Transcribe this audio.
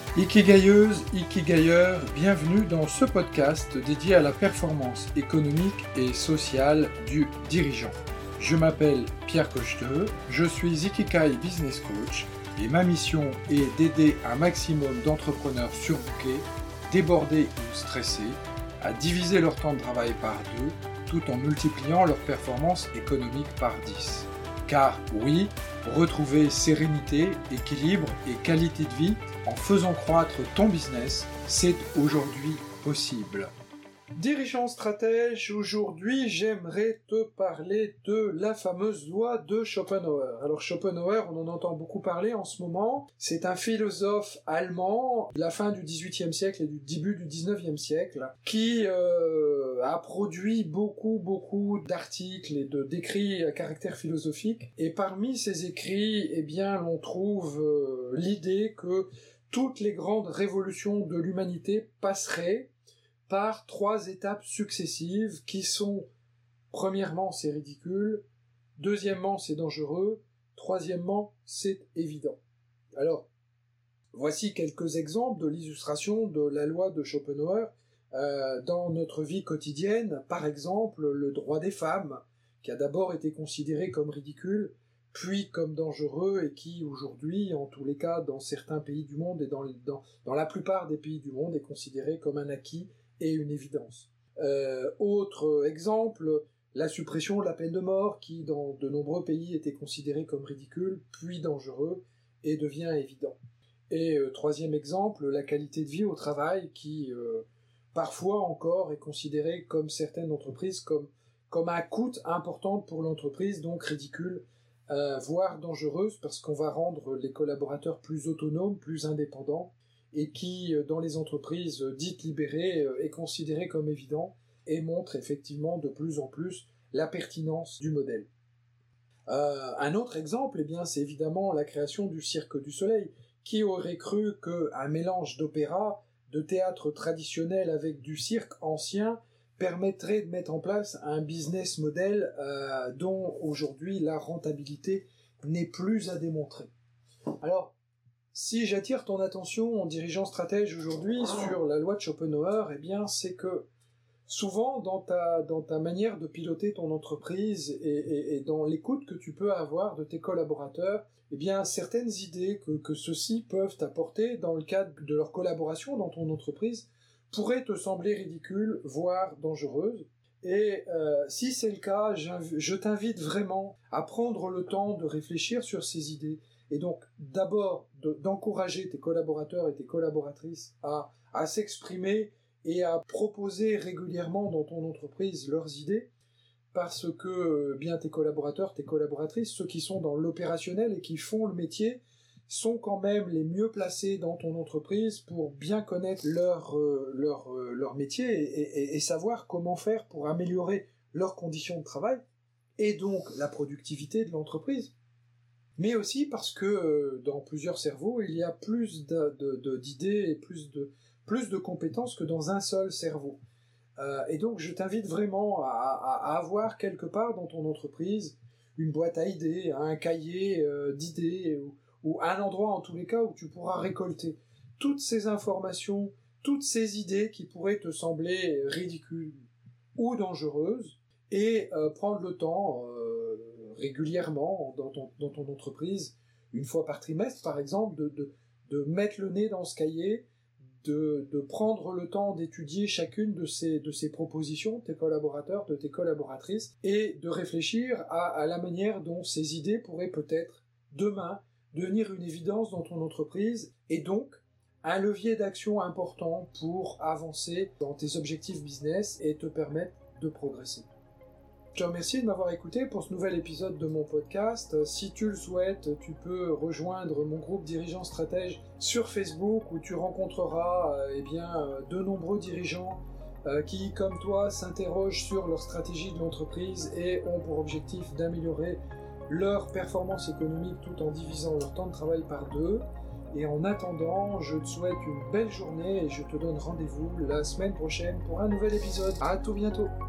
Ikigaïeuses, Ikigailleurs, bienvenue dans ce podcast dédié à la performance économique et sociale du dirigeant. Je m'appelle Pierre Cocheteux, je suis Ikigai Business Coach et ma mission est d'aider un maximum d'entrepreneurs surbookés, débordés ou stressés à diviser leur temps de travail par 2 tout en multipliant leur performance économique par 10. Car oui, retrouver sérénité, équilibre et qualité de vie en faisant croître ton business, c'est aujourd'hui possible. Dirigeant stratège, aujourd'hui j'aimerais te parler de la fameuse loi de Schopenhauer. Alors Schopenhauer, on en entend beaucoup parler en ce moment, c'est un philosophe allemand de la fin du XVIIIe siècle et du début du XIXe siècle qui a produit beaucoup d'articles et d'écrits à caractère philosophique, et parmi ces écrits, eh bien, on trouve l'idée que toutes les grandes révolutions de l'humanité passeraient par 3 étapes successives qui sont, premièrement, c'est ridicule, deuxièmement, c'est dangereux, troisièmement, c'est évident. Alors, voici quelques exemples de l'illustration de la loi de Schopenhauer dans notre vie quotidienne. Par exemple, le droit des femmes, qui a d'abord été considéré comme ridicule, puis comme dangereux, et qui aujourd'hui, en tous les cas, dans certains pays du monde et dans la plupart des pays du monde, est considéré comme un acquis et une évidence. Autre exemple, la suppression de la peine de mort, qui dans de nombreux pays était considérée comme ridicule, puis dangereux, et devient évident. Et troisième exemple, la qualité de vie au travail, qui parfois encore est considérée comme certaines entreprises comme un coût important pour l'entreprise, donc ridicule, voire dangereuse, parce qu'on va rendre les collaborateurs plus autonomes, plus indépendants, et qui, dans les entreprises dites libérées, est considéré comme évident, et montre effectivement de plus en plus la pertinence du modèle. Un autre exemple, eh bien, c'est évidemment la création du Cirque du Soleil. Qui aurait cru qu'un mélange d'opéra, de théâtre traditionnel avec du cirque ancien permettrait de mettre en place un business model dont aujourd'hui la rentabilité n'est plus à démontrer. Alors, si j'attire ton attention en dirigeant stratège aujourd'hui sur la loi de Schopenhauer, eh bien, c'est que souvent dans ta manière de piloter ton entreprise et dans l'écoute que tu peux avoir de tes collaborateurs, eh bien, certaines idées que ceux-ci peuvent apporter dans le cadre de leur collaboration dans ton entreprise pourraient te sembler ridicules, voire dangereuses. Et si c'est le cas, je t'invite vraiment à prendre le temps de réfléchir sur ces idées. Et donc, d'abord, d'encourager tes collaborateurs et tes collaboratrices à s'exprimer et à proposer régulièrement dans ton entreprise leurs idées, parce que bien tes collaborateurs, tes collaboratrices, ceux qui sont dans l'opérationnel et qui font le métier, sont quand même les mieux placés dans ton entreprise pour bien connaître leur métier et savoir comment faire pour améliorer leurs conditions de travail, et donc la productivité de l'entreprise. Mais aussi parce que dans plusieurs cerveaux, il y a plus d'idées et plus de compétences que dans un seul cerveau. Et donc je t'invite vraiment à avoir quelque part dans ton entreprise une boîte à idées, un cahier d'idées, ou un endroit en tous les cas où tu pourras récolter toutes ces informations, toutes ces idées qui pourraient te sembler ridicules ou dangereuses, et prendre le temps régulièrement dans ton entreprise, une fois par trimestre par exemple, de mettre le nez dans ce cahier, de prendre le temps d'étudier chacune de ces propositions, tes collaborateurs, de tes collaboratrices, et de réfléchir à la manière dont ces idées pourraient peut-être, demain, devenir une évidence dans ton entreprise, et donc un levier d'action important pour avancer dans tes objectifs business et te permettre de progresser. Je te remercie de m'avoir écouté pour ce nouvel épisode de mon podcast. Si tu le souhaites, tu peux rejoindre mon groupe Dirigeants Stratèges sur Facebook, où tu rencontreras de nombreux dirigeants qui, comme toi, s'interrogent sur leur stratégie de l'entreprise et ont pour objectif d'améliorer leur performance économique tout en divisant leur temps de travail par 2. Et en attendant, je te souhaite une belle journée et je te donne rendez-vous la semaine prochaine pour un nouvel épisode. À tout bientôt.